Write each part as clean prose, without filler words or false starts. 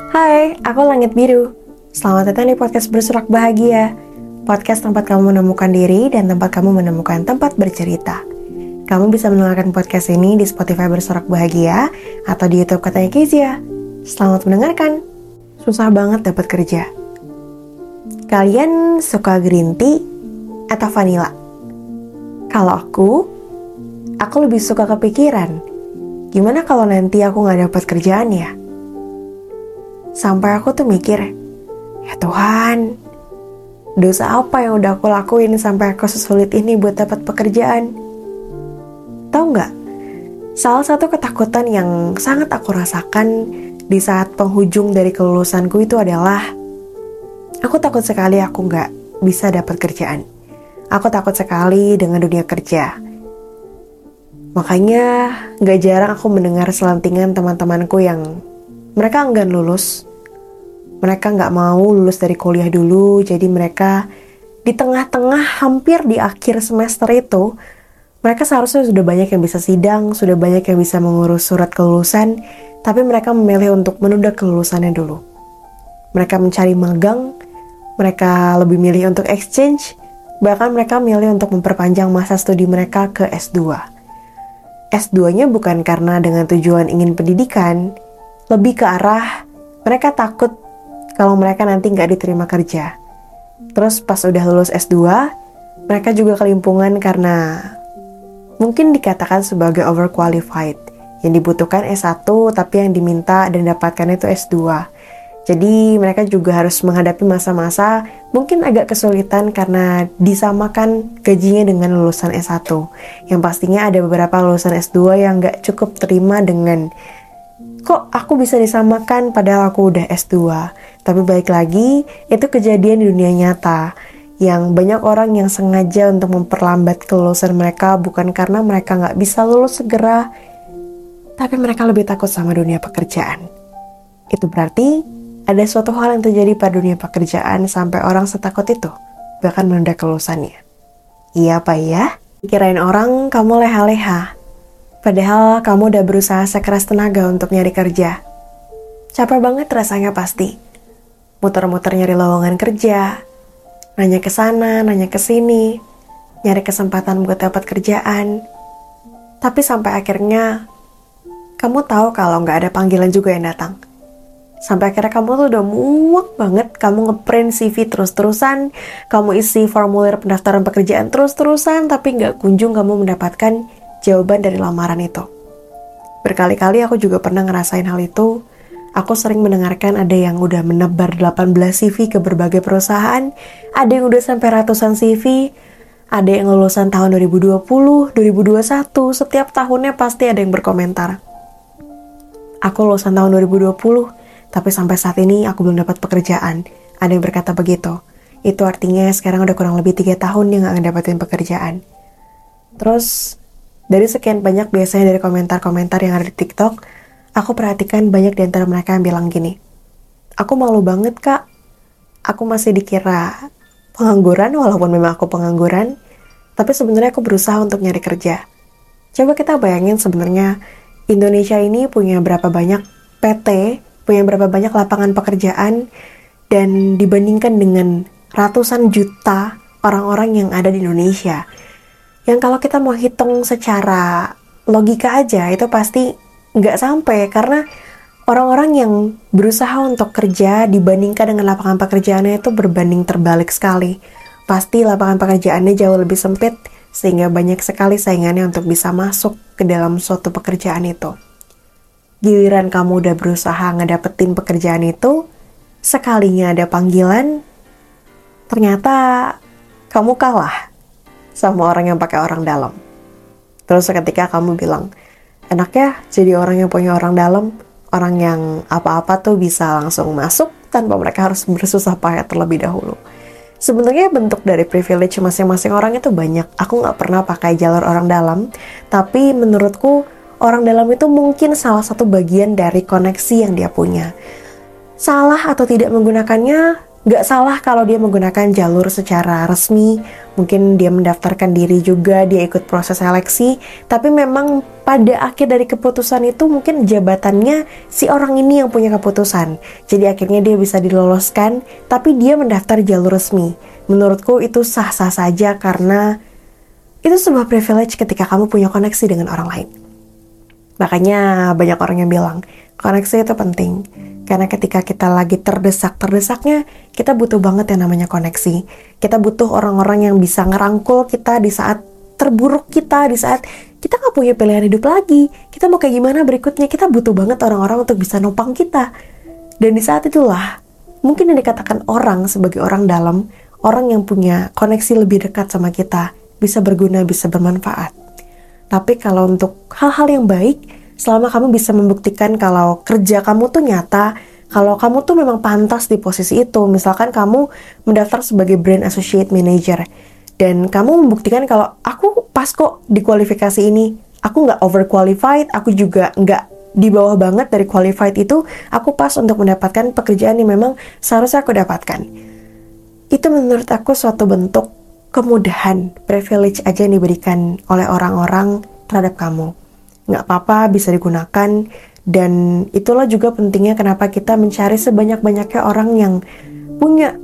Hai, aku Langit Biru. Selamat datang di podcast Bersorak Bahagia. Podcast tempat kamu menemukan diri dan tempat kamu menemukan tempat bercerita. Kamu bisa mendengarkan podcast ini di Spotify Bersorak Bahagia atau di YouTube Katanya Kezia. Selamat mendengarkan. Susah banget dapat kerja. Kalian suka green tea atau vanilla? Kalau aku lebih suka kepikiran. Gimana kalau nanti aku gak dapat kerjaan ya? Sampai aku tuh mikir, ya Tuhan, dosa apa yang udah aku lakuin sampai aku sesulit ini buat dapat pekerjaan? Tahu nggak? Salah satu ketakutan yang sangat aku rasakan di saat penghujung dari kelulusanku itu adalah aku takut sekali aku nggak bisa dapat kerjaan. Aku takut sekali dengan dunia kerja. Makanya nggak jarang aku mendengar selentingan teman-temanku yang mereka enggan lulus. Mereka nggak mau lulus dari kuliah dulu, jadi mereka di tengah-tengah hampir di akhir semester itu, mereka seharusnya sudah banyak yang bisa sidang, sudah banyak yang bisa mengurus surat kelulusan, tapi mereka memilih untuk menunda kelulusannya dulu. Mereka mencari magang, mereka lebih milih untuk exchange, bahkan mereka milih untuk memperpanjang masa studi mereka ke S2. S2-nya bukan karena dengan tujuan ingin pendidikan, lebih ke arah mereka takut kalau mereka nanti nggak diterima kerja. Terus pas udah lulus S2, mereka juga kelimpungan karena mungkin dikatakan sebagai overqualified. Yang dibutuhkan S1 tapi yang diminta dan dapatkan itu S2. Jadi mereka juga harus menghadapi masa-masa mungkin agak kesulitan karena disamakan gajinya dengan lulusan S1. Yang pastinya ada beberapa lulusan S2 yang nggak cukup terima dengan kok aku bisa disamakan padahal aku udah S2. Tapi balik lagi, itu kejadian di dunia nyata. Yang banyak orang yang sengaja untuk memperlambat kelulusan mereka bukan karena mereka nggak bisa lulus segera, tapi mereka lebih takut sama dunia pekerjaan. Itu berarti ada suatu hal yang terjadi pada dunia pekerjaan sampai orang setakut itu, bahkan menunda kelulusannya. Iya Pak ya? Kirain orang kamu leha-leha. Padahal kamu udah berusaha sekeras tenaga untuk nyari kerja. Capek banget rasanya pasti. Muter-muter nyari lowongan kerja, nanya ke sana, nanya ke sini, nyari kesempatan buat dapat kerjaan. Tapi sampai akhirnya, kamu tahu kalau nggak ada panggilan juga yang datang. Sampai akhirnya kamu tuh udah muak banget, kamu ngeprint CV terus-terusan, kamu isi formulir pendaftaran pekerjaan terus-terusan, tapi nggak kunjung kamu mendapatkan jawaban dari lamaran itu. Berkali-kali aku juga pernah ngerasain hal itu. Aku sering mendengarkan ada yang udah menebar 18 CV ke berbagai perusahaan, ada yang udah sampai ratusan CV, ada yang lulusan tahun 2020, 2021, setiap tahunnya pasti ada yang berkomentar. Aku lulusan tahun 2020, tapi sampai saat ini aku belum dapat pekerjaan. Ada yang berkata begitu. Itu artinya sekarang udah kurang lebih 3 tahun dia gak ngedapetin pekerjaan. Terus, dari sekian banyak biasanya dari komentar-komentar yang ada di TikTok, aku perhatikan banyak di antara mereka yang bilang gini, aku malu banget kak, aku masih dikira pengangguran walaupun memang aku pengangguran, tapi sebenarnya aku berusaha untuk nyari kerja. Coba kita bayangin sebenarnya Indonesia ini punya berapa banyak PT, punya berapa banyak lapangan pekerjaan, dan dibandingkan dengan ratusan juta orang-orang yang ada di Indonesia. Yang kalau kita mau hitung secara logika aja, itu pasti nggak sampai, karena orang-orang yang berusaha untuk kerja dibandingkan dengan lapangan pekerjaannya itu berbanding terbalik sekali. Pasti lapangan pekerjaannya jauh lebih sempit, sehingga banyak sekali saingannya untuk bisa masuk ke dalam suatu pekerjaan itu. Giliran kamu udah berusaha ngedapetin pekerjaan itu, sekalinya ada panggilan, ternyata kamu kalah sama orang yang pakai orang dalam. Terus ketika kamu bilang, enaknya jadi orang yang punya orang dalam, orang yang apa-apa tuh bisa langsung masuk tanpa mereka harus bersusah payah terlebih dahulu. Sebenarnya bentuk dari privilege masing-masing orang itu banyak. Aku nggak pernah pakai jalur orang dalam, tapi menurutku orang dalam itu mungkin salah satu bagian dari koneksi yang dia punya. Salah atau tidak menggunakannya Nggak salah kalau dia menggunakan jalur secara resmi, mungkin dia mendaftarkan diri juga, dia ikut proses seleksi, tapi memang pada akhir dari keputusan itu mungkin jabatannya si orang ini yang punya keputusan. Jadi akhirnya dia bisa diloloskan, tapi dia mendaftar jalur resmi. Menurutku itu sah-sah saja karena itu sebuah privilege ketika kamu punya koneksi dengan orang lain. Makanya banyak orang yang bilang, koneksi itu penting. Karena ketika kita lagi terdesak-terdesaknya, kita butuh banget yang namanya koneksi. Kita butuh orang-orang yang bisa ngerangkul kita di saat terburuk kita, di saat kita gak punya pilihan hidup lagi. Kita mau kayak gimana berikutnya, kita butuh banget orang-orang untuk bisa nopang kita. Dan di saat itulah, mungkin yang dikatakan orang sebagai orang dalam, orang yang punya koneksi lebih dekat sama kita, bisa berguna, bisa bermanfaat. Tapi kalau untuk hal-hal yang baik, selama kamu bisa membuktikan kalau kerja kamu tuh nyata, kalau kamu tuh memang pantas di posisi itu, misalkan kamu mendaftar sebagai brand associate manager, dan kamu membuktikan kalau aku pas kok di kualifikasi ini, aku nggak overqualified, aku juga nggak di bawah banget dari qualified itu, aku pas untuk mendapatkan pekerjaan yang memang seharusnya aku dapatkan. Itu menurut aku suatu bentuk kemudahan, privilege aja yang diberikan oleh orang-orang terhadap kamu. Nggak apa-apa, bisa digunakan, dan itulah juga pentingnya kenapa kita mencari sebanyak-banyaknya orang yang punya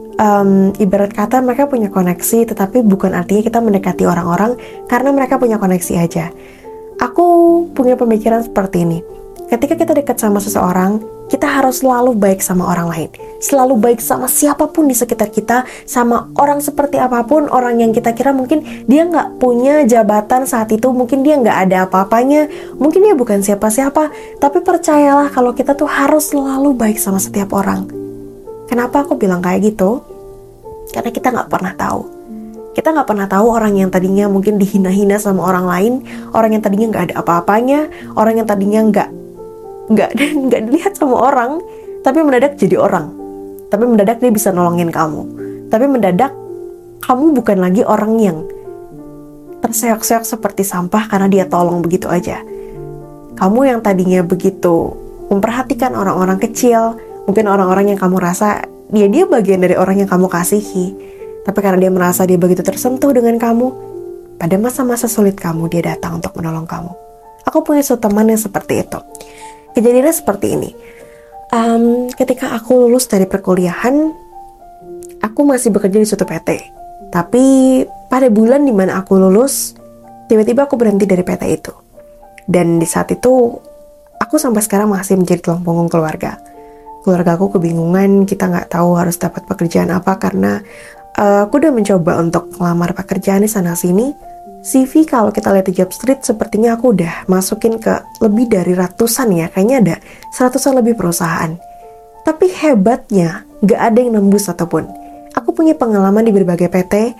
ibarat kata mereka punya koneksi, tetapi bukan artinya kita mendekati orang-orang karena mereka punya koneksi aja. Aku punya pemikiran seperti ini, ketika kita dekat sama seseorang, kita harus selalu baik sama orang lain, selalu baik sama siapapun di sekitar kita, sama orang seperti apapun, orang yang kita kira mungkin dia nggak punya jabatan saat itu, mungkin dia nggak ada apa-apanya, mungkin dia bukan siapa-siapa, tapi percayalah kalau kita tuh harus selalu baik sama setiap orang. Kenapa aku bilang kayak gitu? Karena kita nggak pernah tahu. Kita nggak pernah tahu orang yang tadinya mungkin dihina-hina sama orang lain, orang yang tadinya nggak ada apa-apanya, orang yang tadinya nggak dilihat sama orang, tapi mendadak jadi orang. Tapi mendadak dia bisa nolongin kamu. Tapi mendadak kamu bukan lagi orang yang terseok-seok seperti sampah karena dia tolong begitu aja. Kamu yang tadinya begitu memperhatikan orang-orang kecil, mungkin orang-orang yang kamu rasa dia bagian dari orang yang kamu kasihi. Tapi karena dia merasa dia begitu tersentuh dengan kamu, pada masa-masa sulit kamu dia datang untuk menolong kamu. Aku punya suatu teman yang seperti itu. Kejadiannya seperti ini. Ketika aku lulus dari perkuliahan, aku masih bekerja di suatu PT. Tapi pada bulan dimana aku lulus, tiba-tiba aku berhenti dari PT itu. Dan di saat itu, aku sampai sekarang masih menjadi tulang punggung keluarga. Keluarga aku kebingungan, kita nggak tahu harus dapat pekerjaan apa karena aku udah mencoba untuk melamar pekerjaan di sana-sini. CV kalau kita lihat di Jobstreet sepertinya aku udah masukin ke lebih dari ratusan ya, kayaknya ada 100-an lebih perusahaan. Tapi hebatnya gak ada yang nembus satupun. Aku punya pengalaman di berbagai PT,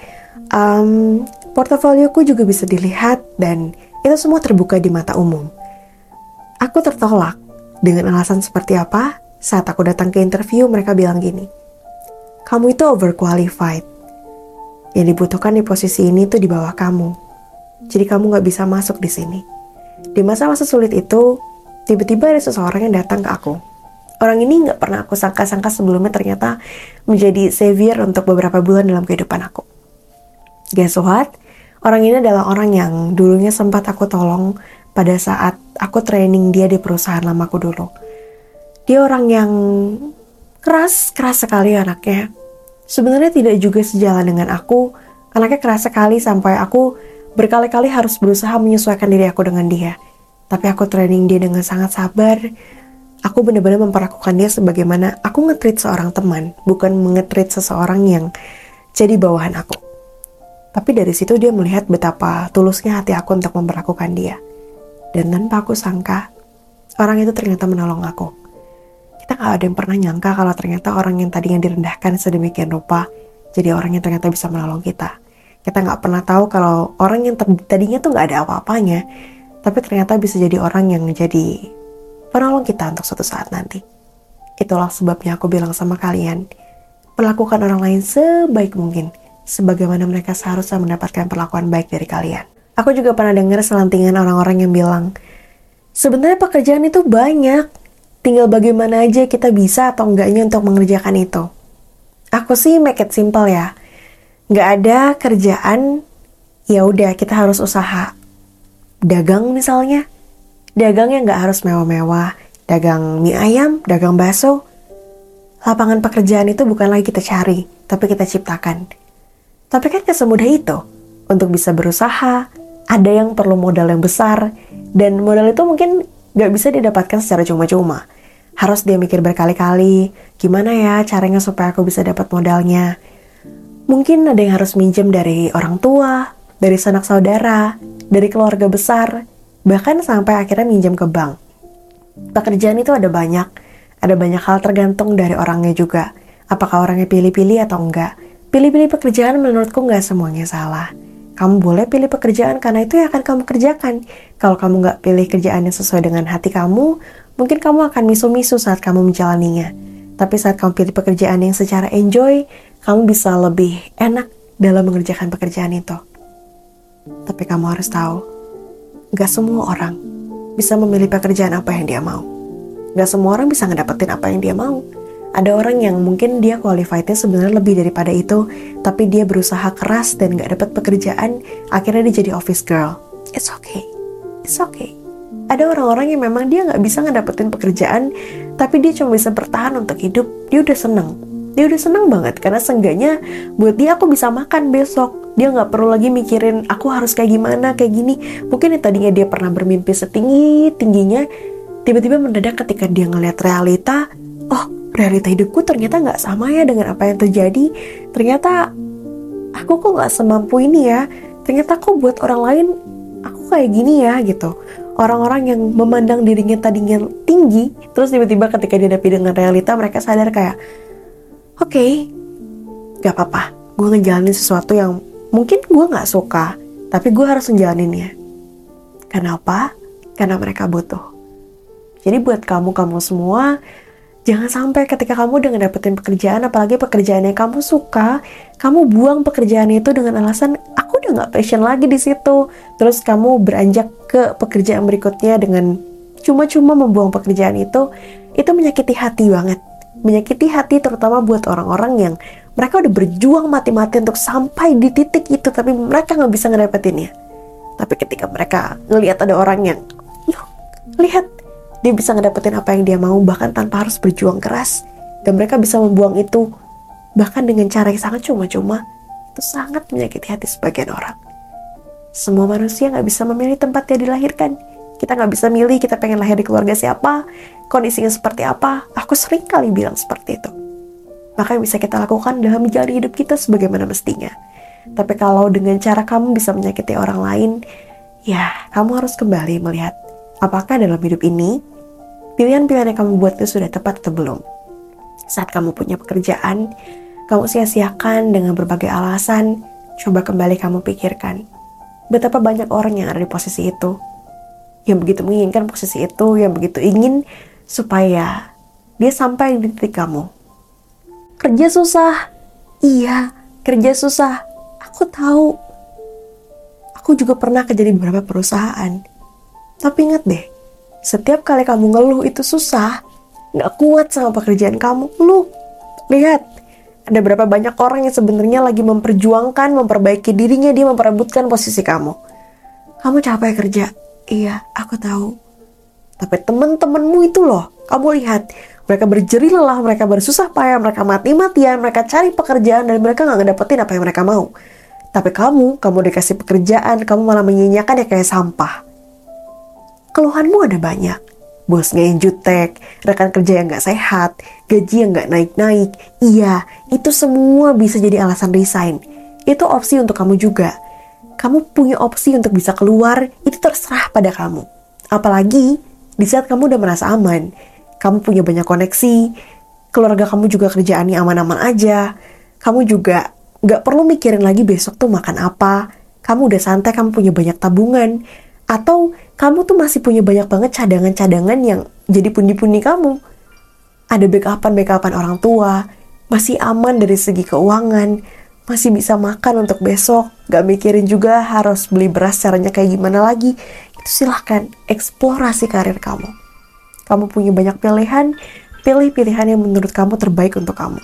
portofolioku juga bisa dilihat dan itu semua terbuka di mata umum. Aku tertolak dengan alasan seperti apa? Saat aku datang ke interview mereka bilang gini, kamu itu overqualified. Yang dibutuhkan di posisi ini tuh di bawah kamu. Jadi kamu gak bisa masuk di sini. Di masa-masa sulit itu, tiba-tiba ada seseorang yang datang ke aku. Orang ini gak pernah aku sangka-sangka sebelumnya ternyata menjadi savior untuk beberapa bulan dalam kehidupan aku. Guess what? Orang ini adalah orang yang dulunya sempat aku tolong pada saat aku training dia di perusahaan lamaku dulu. Dia orang yang keras sekali anaknya. Sebenarnya tidak juga sejalan dengan aku. Anaknya keras sekali sampai aku berkali-kali harus berusaha menyesuaikan diri aku dengan dia. Tapi aku training dia dengan sangat sabar. Aku benar-benar memperlakukan dia sebagaimana aku nge-treat seorang teman, bukan nge-treat seseorang yang jadi bawahan aku. Tapi dari situ dia melihat betapa tulusnya hati aku untuk memperlakukan dia. Dan tanpa aku sangka, orang itu ternyata menolong aku. Kita gak ada yang pernah nyangka kalau ternyata orang yang tadinya direndahkan sedemikian rupa, jadi orang yang ternyata bisa menolong kita. Kita nggak pernah tahu kalau orang yang tadinya tuh nggak ada apa-apanya, tapi ternyata bisa jadi orang yang menjadi penolong kita untuk suatu saat nanti. Itulah sebabnya aku bilang sama kalian, perlakukan orang lain sebaik mungkin, sebagaimana mereka seharusnya mendapatkan perlakuan baik dari kalian. Aku juga pernah dengar selantingan orang-orang yang bilang, sebenarnya pekerjaan itu banyak, tinggal bagaimana aja kita bisa atau enggaknya untuk mengerjakan itu. Aku sih make it simple ya. Nggak ada kerjaan, ya udah kita harus usaha. Dagang misalnya, dagangnya nggak harus mewah-mewah. Dagang mie ayam, dagang bakso. Lapangan pekerjaan itu bukan lagi kita cari, tapi kita ciptakan. Tapi kan gak semudah itu. Untuk bisa berusaha, ada yang perlu modal yang besar, dan modal itu mungkin gak bisa didapatkan secara cuma-cuma. Harus dia mikir berkali-kali, gimana ya caranya supaya aku bisa dapat modalnya. Mungkin ada yang harus minjem dari orang tua, dari sanak saudara, dari keluarga besar, bahkan sampai akhirnya minjem ke bank. Pekerjaan itu ada banyak hal tergantung dari orangnya juga. Apakah orangnya pilih-pilih atau enggak. Pilih-pilih pekerjaan menurutku enggak semuanya salah. Kamu boleh pilih pekerjaan karena itu yang akan kamu kerjakan. Kalau kamu enggak pilih kerjaan yang sesuai dengan hati kamu, mungkin kamu akan misu-misu saat kamu menjalaninya. Tapi saat kamu pilih pekerjaan yang secara enjoy, kamu bisa lebih enak dalam mengerjakan pekerjaan itu. Tapi kamu harus tahu, enggak semua orang bisa memilih pekerjaan apa yang dia mau. Gak semua orang bisa ngedapetin apa yang dia mau. Ada orang yang mungkin dia qualified-nya sebenarnya lebih daripada itu, tapi dia berusaha keras dan gak dapat pekerjaan, akhirnya dia jadi office girl. It's okay. It's okay. Ada orang-orang yang memang dia gak bisa ngedapetin pekerjaan, tapi dia cuma bisa bertahan untuk hidup. Dia udah seneng. Dia udah seneng banget, karena seenggaknya buat dia aku bisa makan besok. Dia gak perlu lagi mikirin aku harus kayak gimana, kayak gini. Mungkin yang tadinya dia pernah bermimpi setinggi-tingginya, tiba-tiba mendadak ketika dia ngeliat realita, oh realita hidupku ternyata gak sama ya dengan apa yang terjadi. Ternyata aku kok gak semampu ini ya. Ternyata kok buat orang lain aku kayak gini ya gitu. Orang-orang yang memandang dirinya tadinya tinggi, terus tiba-tiba ketika dihadapi dengan realita, mereka sadar kayak, oke, gak apa-apa, gue ngejalanin sesuatu yang mungkin gue gak suka, tapi gue harus ngejalaninnya. Kenapa? Karena mereka butuh. Jadi buat kamu semua, jangan sampai ketika kamu udah ngedapetin pekerjaan, apalagi pekerjaan yang kamu suka, kamu buang pekerjaan itu dengan alasan, aku udah gak passion lagi di situ. Terus kamu beranjak ke pekerjaan berikutnya dengan cuma-cuma membuang pekerjaan itu menyakiti hati banget. Menyakiti hati terutama buat orang-orang yang mereka udah berjuang mati-mati untuk sampai di titik itu, tapi mereka gak bisa ngedapetinnya. Tapi ketika mereka ngelihat ada orang yang, yuk, lihat, dia bisa ngedapetin apa yang dia mau, bahkan tanpa harus berjuang keras. Dan mereka bisa membuang itu, bahkan dengan cara yang sangat cuma-cuma, itu sangat menyakiti hati sebagian orang. Semua manusia gak bisa memilih tempat dia dilahirkan. Kita gak bisa milih kita pengen lahir di keluarga siapa, kondisinya seperti apa. Aku sering kali bilang seperti itu. Maka yang bisa kita lakukan dalam menjalani hidup kita sebagaimana mestinya. Tapi kalau dengan cara kamu bisa menyakiti orang lain, ya kamu harus kembali melihat apakah dalam hidup ini pilihan-pilihan yang kamu buat itu sudah tepat atau belum. Saat kamu punya pekerjaan, kamu sia-siakan dengan berbagai alasan, coba kembali kamu pikirkan betapa banyak orang yang ada di posisi itu, yang begitu menginginkan posisi itu, yang begitu ingin supaya dia sampai di titik kamu. Kerja susah, iya, kerja susah. Aku tahu. Aku juga pernah kerja di beberapa perusahaan. Tapi ingat deh, setiap kali kamu ngeluh itu susah, gak kuat sama pekerjaan kamu, lu lihat, ada berapa banyak orang yang sebenarnya lagi memperjuangkan, memperbaiki dirinya, dia memperebutkan posisi kamu. Kamu capek kerja, iya, aku tahu. Tapi temen-temenmu itu loh, kamu lihat, mereka berjerih lelah, mereka bersusah payah, mereka mati-matian, mereka cari pekerjaan, dan mereka gak ngedapetin apa yang mereka mau. Tapi kamu dikasih pekerjaan, kamu malah menyanyiakan ya kayak sampah. Keluhanmu ada banyak. Bosnya yang jutek, rekan kerja yang gak sehat, gaji yang gak naik-naik. Iya, itu semua bisa jadi alasan resign. Itu opsi untuk kamu juga. Kamu punya opsi untuk bisa keluar, itu terserah pada kamu. Apalagi di saat kamu udah merasa aman. Kamu punya banyak koneksi, keluarga kamu juga kerjaannya aman-aman aja. Kamu juga gak perlu mikirin lagi besok tuh makan apa. Kamu udah santai, kamu punya banyak tabungan. Atau kamu tuh masih punya banyak banget cadangan-cadangan yang jadi pundi-pundi kamu. Ada backupan orang tua, masih aman dari segi keuangan, masih bisa makan untuk besok, gak mikirin juga harus beli beras caranya kayak gimana lagi. Itu silahkan, eksplorasi karir kamu. Kamu punya banyak pilihan, pilih pilihan yang menurut kamu terbaik untuk kamu.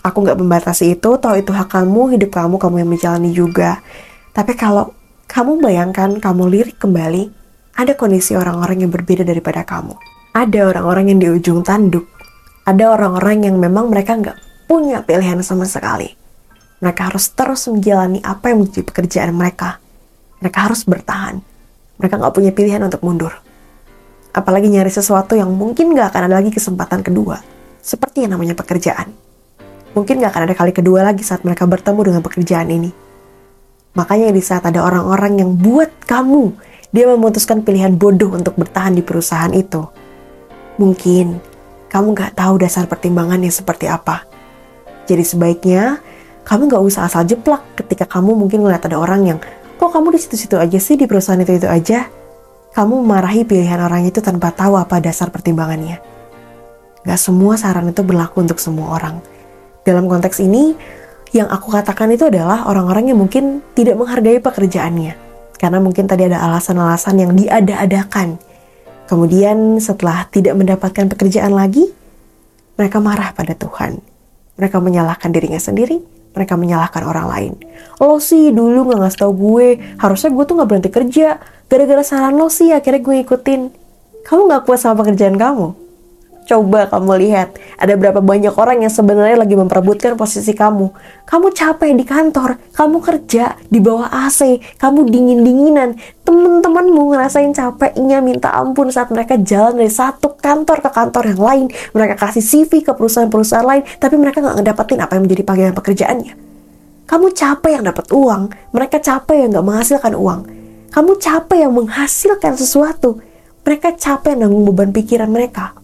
Aku nggak membatasi itu, toh itu hak kamu, hidup kamu, kamu yang menjalani juga. Tapi kalau kamu bayangkan, kamu lirik kembali, ada kondisi orang-orang yang berbeda daripada kamu. Ada orang-orang yang di ujung tanduk. Ada orang-orang yang memang mereka nggak punya pilihan sama sekali. Mereka harus terus menjalani apa yang menjadi pekerjaan mereka. Mereka harus bertahan. Mereka nggak punya pilihan untuk mundur. Apalagi nyari sesuatu yang mungkin nggak akan ada lagi kesempatan kedua. Seperti yang namanya pekerjaan. Mungkin nggak akan ada kali kedua lagi saat mereka bertemu dengan pekerjaan ini. Makanya di saat ada orang-orang yang buat kamu, dia memutuskan pilihan bodoh untuk bertahan di perusahaan itu. Mungkin kamu nggak tahu dasar pertimbangannya seperti apa. Jadi sebaiknya kamu nggak usah asal jeplak ketika kamu mungkin ngeliat ada orang yang, kok kamu di situ-situ aja sih, di perusahaan itu aja. Kamu memarahi pilihan orang itu tanpa tahu apa dasar pertimbangannya. Gak semua saran itu berlaku untuk semua orang. Dalam konteks ini, yang aku katakan itu adalah orang-orang yang mungkin tidak menghargai pekerjaannya. Karena mungkin tadi ada alasan-alasan yang diada-adakan. Kemudian setelah tidak mendapatkan pekerjaan lagi, mereka marah pada Tuhan. Mereka menyalahkan dirinya sendiri, mereka menyalahkan orang lain. Lo sih dulu gak ngasih tau gue, harusnya gue tuh gak berhenti kerja. Gara-gara saran lo sih akhirnya gue ikutin. Kamu gak puas sama pekerjaan kamu? Coba kamu lihat, ada berapa banyak orang yang sebenarnya lagi memperebutkan posisi kamu. Kamu capek di kantor, kamu kerja di bawah AC, kamu dingin-dinginan. Temen-temenmu ngerasain capeknya minta ampun saat mereka jalan dari satu kantor ke kantor yang lain. Mereka kasih CV ke perusahaan-perusahaan lain, tapi mereka nggak ngedapetin apa yang menjadi panggilan pekerjaannya. Kamu capek yang dapat uang, mereka capek yang nggak menghasilkan uang. Kamu capek yang menghasilkan sesuatu, mereka capek yang nanggung beban pikiran mereka.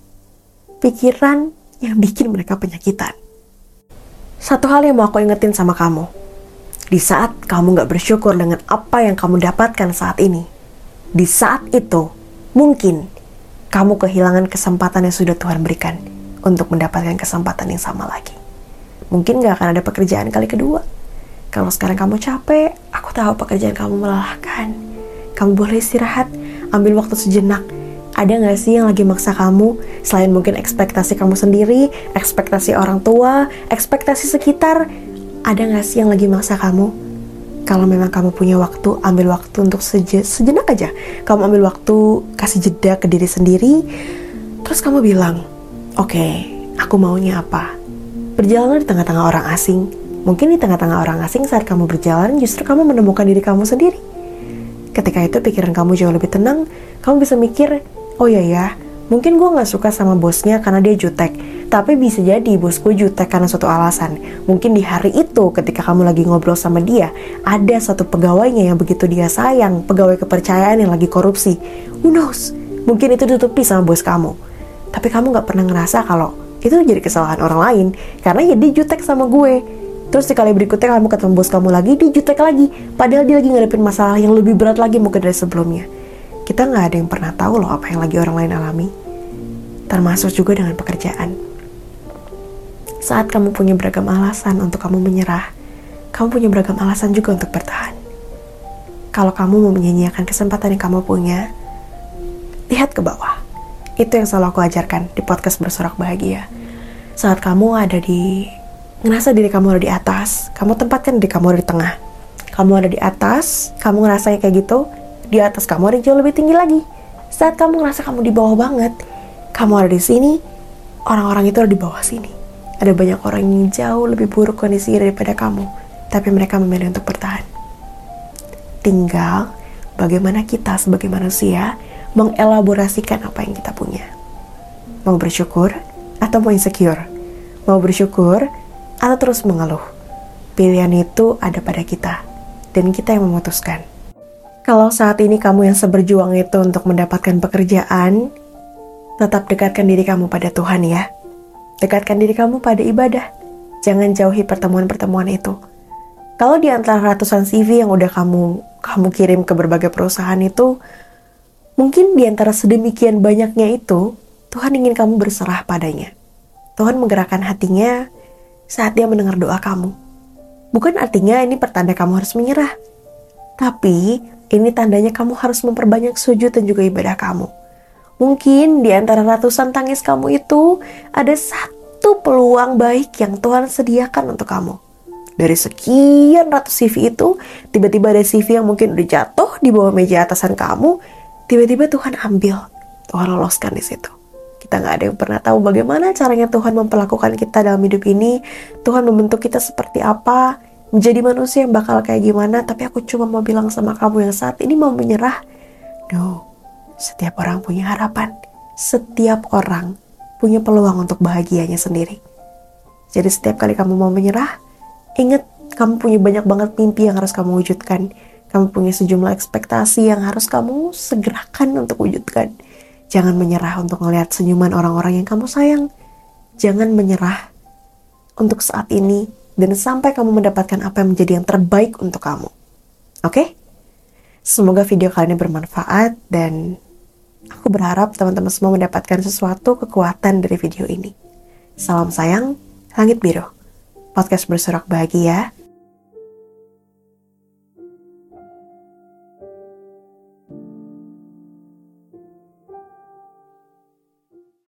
Pikiran yang bikin mereka penyakitan. Satu hal yang mau aku ingetin sama kamu. Di saat kamu gak bersyukur dengan apa yang kamu dapatkan saat ini, di saat itu, mungkin kamu kehilangan kesempatan yang sudah Tuhan berikan untuk mendapatkan kesempatan yang sama lagi. Mungkin gak akan ada pekerjaan kali kedua. Kalau sekarang kamu capek, aku tahu pekerjaan kamu melelahkan. Kamu boleh istirahat, ambil waktu sejenak. Ada gak sih yang lagi maksa kamu, selain mungkin ekspektasi kamu sendiri, ekspektasi orang tua, ekspektasi sekitar, ada gak sih yang lagi maksa kamu? Kalau memang kamu punya waktu, ambil waktu untuk sejenak aja. Kamu ambil waktu, kasih jeda ke diri sendiri, terus kamu bilang, oke, aku maunya apa? Berjalan di tengah-tengah orang asing. Mungkin di tengah-tengah orang asing saat kamu berjalan, justru kamu menemukan diri kamu sendiri. Ketika itu pikiran kamu jauh lebih tenang, kamu bisa mikir, oh ya, mungkin gue gak suka sama bosnya karena dia jutek. Tapi bisa jadi bos gue jutek karena suatu alasan. Mungkin di hari itu ketika kamu lagi ngobrol sama dia, ada satu pegawainya yang begitu dia sayang, pegawai kepercayaan yang lagi korupsi. Who knows? Mungkin itu ditutupi sama bos kamu. Tapi kamu gak pernah ngerasa kalau itu jadi kesalahan orang lain. Karena ya dia jutek sama gue. Terus di kali berikutnya kamu ketemu bos kamu lagi, dia jutek lagi. Padahal dia lagi ngadepin masalah yang lebih berat lagi mungkin dari sebelumnya. Kita nggak ada yang pernah tahu loh apa yang lagi orang lain alami. Termasuk juga dengan pekerjaan. Saat kamu punya beragam alasan untuk kamu menyerah, kamu punya beragam alasan juga untuk bertahan. Kalau kamu mau menyanyiakan kesempatan yang kamu punya, lihat ke bawah. Itu yang selalu aku ajarkan di podcast Bersorak Bahagia. Saat kamu ngerasa diri kamu ada di atas, kamu tempatkan diri kamu ada di tengah. Kamu ada di atas, kamu ngerasanya kayak gitu, di atas kamu ada yang jauh lebih tinggi lagi. Saat kamu ngerasa kamu di bawah banget, kamu ada di sini, orang-orang itu ada di bawah sini. Ada banyak orang yang jauh lebih buruk kondisinya daripada kamu, tapi mereka memilih untuk bertahan. Tinggal bagaimana kita sebagai manusia mengelaborasikan apa yang kita punya. Mau bersyukur atau mau insecure? Mau bersyukur atau terus mengeluh? Pilihan itu ada pada kita, dan kita yang memutuskan. Kalau saat ini kamu yang seberjuang itu untuk mendapatkan pekerjaan, tetap dekatkan diri kamu pada Tuhan ya. Dekatkan diri kamu pada ibadah. Jangan jauhi pertemuan-pertemuan itu. Kalau di antara ratusan CV yang udah kamu kirim ke berbagai perusahaan itu, mungkin di antara sedemikian banyaknya itu, Tuhan ingin kamu berserah padanya. Tuhan menggerakkan hatinya saat dia mendengar doa kamu. Bukan artinya ini pertanda kamu harus menyerah. Tapi ini tandanya kamu harus memperbanyak sujud dan juga ibadah kamu. Mungkin di antara ratusan tangis kamu itu ada satu satu peluang baik yang Tuhan sediakan untuk kamu. Dari sekian ratus CV itu, tiba-tiba ada CV yang mungkin udah jatuh di bawah meja atasan kamu, tiba-tiba Tuhan ambil, Tuhan loloskan di situ. Kita nggak ada yang pernah tahu bagaimana caranya Tuhan memperlakukan kita dalam hidup ini. Tuhan membentuk kita seperti apa, menjadi manusia yang bakal kayak gimana. Tapi aku cuma mau bilang sama kamu yang saat ini mau menyerah, no, setiap orang punya harapan. Setiap orang punya peluang untuk bahagianya sendiri. Jadi setiap kali kamu mau menyerah, ingat kamu punya banyak banget mimpi yang harus kamu wujudkan. Kamu punya sejumlah ekspektasi yang harus kamu segerakan untuk wujudkan. Jangan menyerah untuk melihat senyuman orang-orang yang kamu sayang. Jangan menyerah untuk saat ini dan sampai kamu mendapatkan apa yang menjadi yang terbaik untuk kamu. Oke? Semoga video kali ini bermanfaat dan aku berharap teman-teman semua mendapatkan sesuatu kekuatan dari video ini. Salam sayang, Langit Biru. Podcast bersorak bahagia